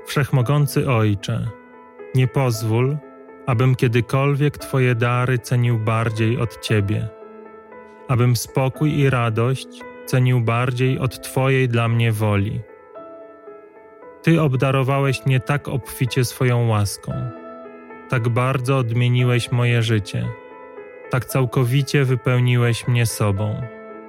Wszechmogący Ojcze, nie pozwól, abym kiedykolwiek Twoje dary cenił bardziej od Ciebie, abym spokój i radość cenił bardziej od Twojej dla mnie woli. Ty obdarowałeś mnie tak obficie swoją łaską, tak bardzo odmieniłeś moje życie, tak całkowicie wypełniłeś mnie sobą.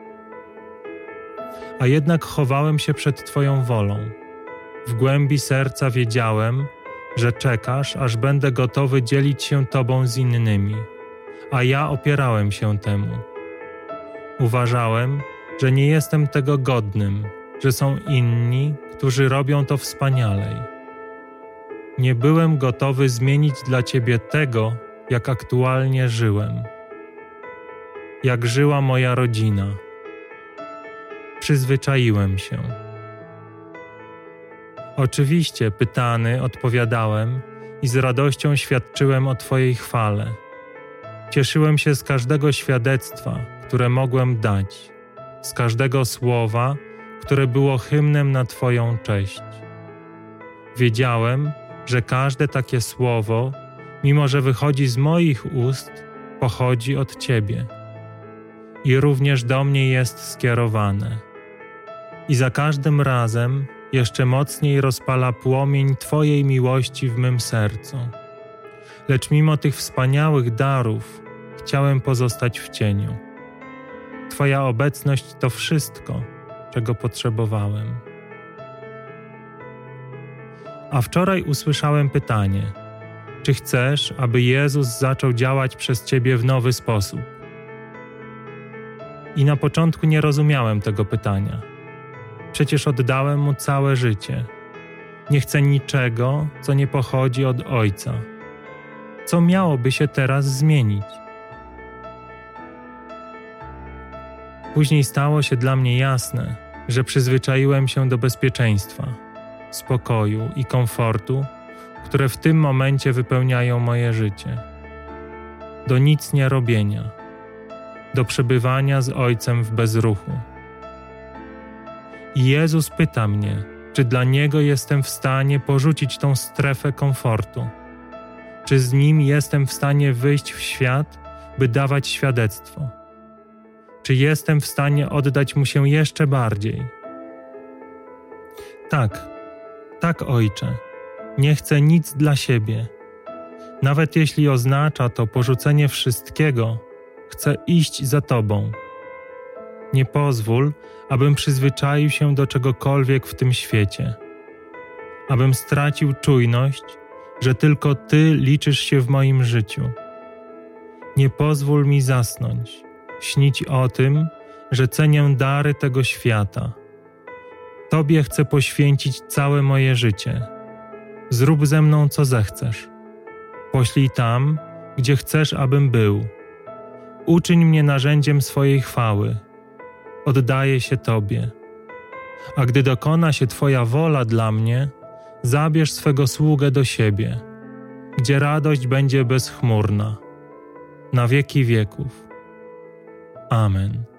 A jednak chowałem się przed Twoją wolą. W głębi serca wiedziałem, że czekasz, aż będę gotowy dzielić się Tobą z innymi, a ja opierałem się temu. Uważałem, że nie jestem tego godnym, że są inni, którzy robią to wspanialej. Nie byłem gotowy zmienić dla Ciebie tego, jak aktualnie żyłem. Jak żyła moja rodzina. Przyzwyczaiłem się. Oczywiście, pytany, odpowiadałem i z radością świadczyłem o Twojej chwale. Cieszyłem się z każdego świadectwa, które mogłem dać, z każdego słowa, które było hymnem na Twoją cześć. Wiedziałem, że każde takie słowo, mimo że wychodzi z moich ust, pochodzi od Ciebie i również do mnie jest skierowane. I za każdym razem jeszcze mocniej rozpala płomień Twojej miłości w mym sercu. Lecz mimo tych wspaniałych darów chciałem pozostać w cieniu. Twoja obecność to wszystko, czego potrzebowałem. A wczoraj usłyszałem pytanie: czy chcesz, aby Jezus zaczął działać przez Ciebie w nowy sposób? I na początku nie rozumiałem tego pytania. Przecież oddałem Mu całe życie. Nie chcę niczego, co nie pochodzi od Ojca. Co miałoby się teraz zmienić? Później stało się dla mnie jasne, że przyzwyczaiłem się do bezpieczeństwa, spokoju i komfortu, które w tym momencie wypełniają moje życie. Do nic nie robienia, do przebywania z Ojcem w bezruchu. I Jezus pyta mnie, czy dla Niego jestem w stanie porzucić tą strefę komfortu, czy z Nim jestem w stanie wyjść w świat, by dawać świadectwo. Czy jestem w stanie oddać Mu się jeszcze bardziej? Tak, Ojcze, nie chcę nic dla siebie. Nawet jeśli oznacza to porzucenie wszystkiego, chcę iść za Tobą. Nie pozwól, abym przyzwyczaił się do czegokolwiek w tym świecie. Abym stracił czujność, że tylko Ty liczysz się w moim życiu. Nie pozwól mi zasnąć, śnić o tym, że cenię dary tego świata. Tobie chcę poświęcić całe moje życie. Zrób ze mną, co zechcesz. Poślij tam, gdzie chcesz, abym był. Uczyń mnie narzędziem swojej chwały. Oddaję się Tobie. A gdy dokona się Twoja wola dla mnie, zabierz swego sługę do siebie, gdzie radość będzie bezchmurna, na wieki wieków. Amen.